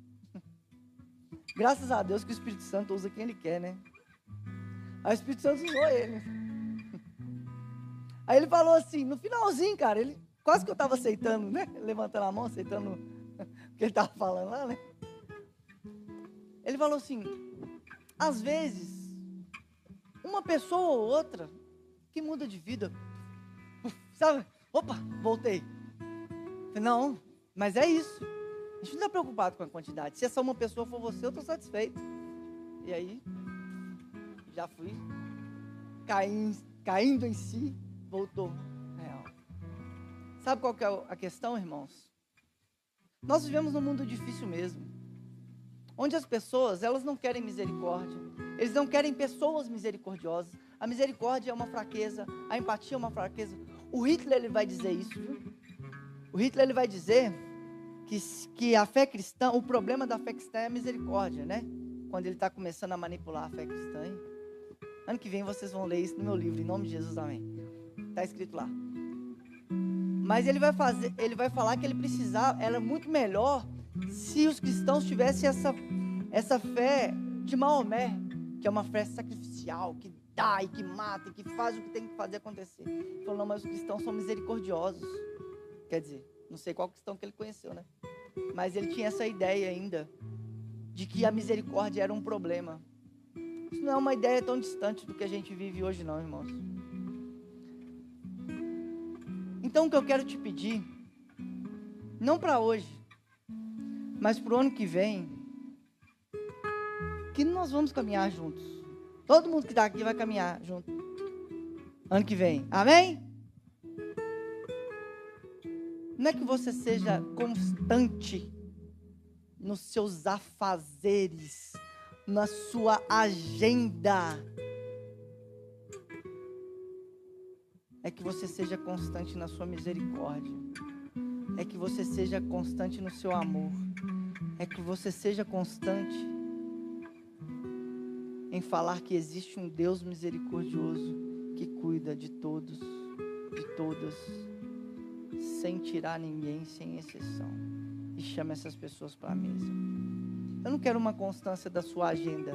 Graças a Deus que o Espírito Santo usa quem ele quer, né? Aí o Espírito Santo usou ele. Aí ele falou assim, no finalzinho, cara, ele quase que eu tava aceitando, né? Levantando a mão, aceitando o que ele tava falando lá, né? Ele falou assim, às vezes, uma pessoa ou outra que muda de vida, sabe? Opa, voltei. Não, mas é isso. A gente não está preocupado com a quantidade. Se essa uma pessoa for você, eu estou satisfeito. E aí, já fui caindo em si, voltou real. Sabe qual que é a questão, irmãos? Nós vivemos num mundo difícil mesmo, onde as pessoas, elas não querem misericórdia. Eles não querem pessoas misericordiosas. A misericórdia é uma fraqueza, a empatia é uma fraqueza. O Hitler, ele vai dizer isso, viu? O Hitler, ele vai dizer que a fé cristã, o problema da fé cristã é a misericórdia, né? Quando ele está começando a manipular a fé cristã. Hein? Ano que vem vocês vão ler isso no meu livro, em nome de Jesus, amém. Está escrito lá. Mas ele vai falar que ele precisava, era muito melhor se os cristãos tivessem essa fé de Maomé, que é uma fé sacrificial, que dá e que mata, e que faz o que tem que fazer acontecer. Ele falou, não, mas os cristãos são misericordiosos. Quer dizer, não sei qual cristão que ele conheceu, né? Mas ele tinha essa ideia ainda de que a misericórdia era um problema. Isso não é uma ideia tão distante do que a gente vive hoje, não, irmãos. Então, o que eu quero te pedir, não para hoje, mas para o ano que vem, que nós vamos caminhar juntos. Todo mundo que está aqui vai caminhar junto. Ano que vem. Amém? Não é que você seja constante nos seus afazeres, na sua agenda. É que você seja constante na sua misericórdia. É que você seja constante no seu amor. É que você seja constante em falar que existe um Deus misericordioso que cuida de todos, de todas, sem tirar ninguém, sem exceção. E chama essas pessoas para a mesa. Eu não quero uma constância da sua agenda.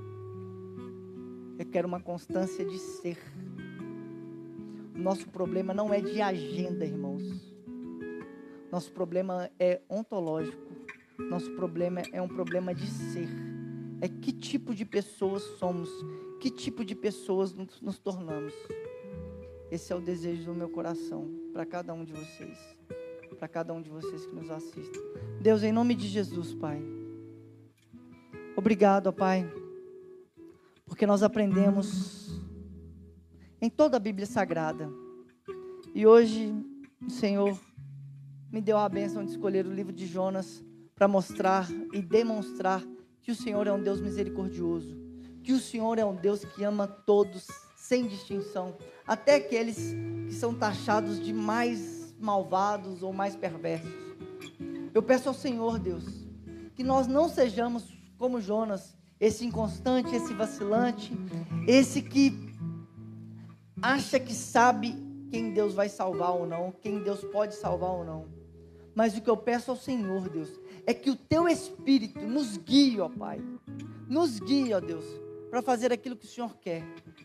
Eu quero uma constância de ser. O nosso problema não é de agenda, irmãos. Nosso problema é ontológico. Nosso problema é um problema de ser. É que tipo de pessoas somos, que tipo de pessoas nos tornamos. Esse é o desejo do meu coração para cada um de vocês, para cada um de vocês que nos assistem. Deus, em nome de Jesus, Pai, obrigado, ó Pai, porque nós aprendemos em toda a Bíblia Sagrada, e hoje o Senhor me deu a bênção de escolher o livro de Jonas para mostrar e demonstrar que o Senhor é um Deus misericordioso, que o Senhor é um Deus que ama todos, sem distinção, até aqueles que são taxados de mais malvados ou mais perversos. Eu peço ao Senhor, Deus, que nós não sejamos como Jonas, esse inconstante, esse vacilante, esse que acha que sabe quem Deus vai salvar ou não, quem Deus pode salvar ou não. Mas o que eu peço ao Senhor, Deus, é que o Teu Espírito nos guie, ó Pai, nos guie, ó Deus, para fazer aquilo que o Senhor quer.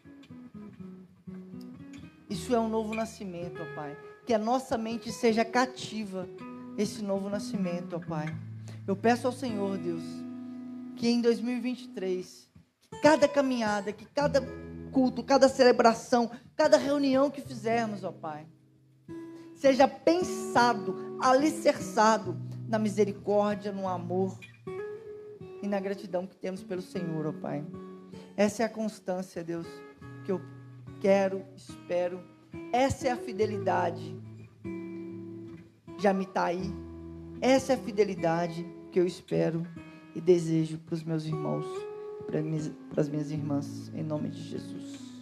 Isso é um novo nascimento, ó Pai, que a nossa mente seja cativa, esse novo nascimento, ó Pai. Eu peço ao Senhor, Deus, que em 2023, cada caminhada, que cada culto, cada celebração, cada reunião que fizermos, ó Pai, seja pensado, alicerçado na misericórdia, no amor e na gratidão que temos pelo Senhor, ó Pai. Essa é a constância, Deus, que eu quero, espero. Essa é a fidelidade de Amitai. Essa é a fidelidade que eu espero e desejo para os meus irmãos, para as minhas irmãs, em nome de Jesus.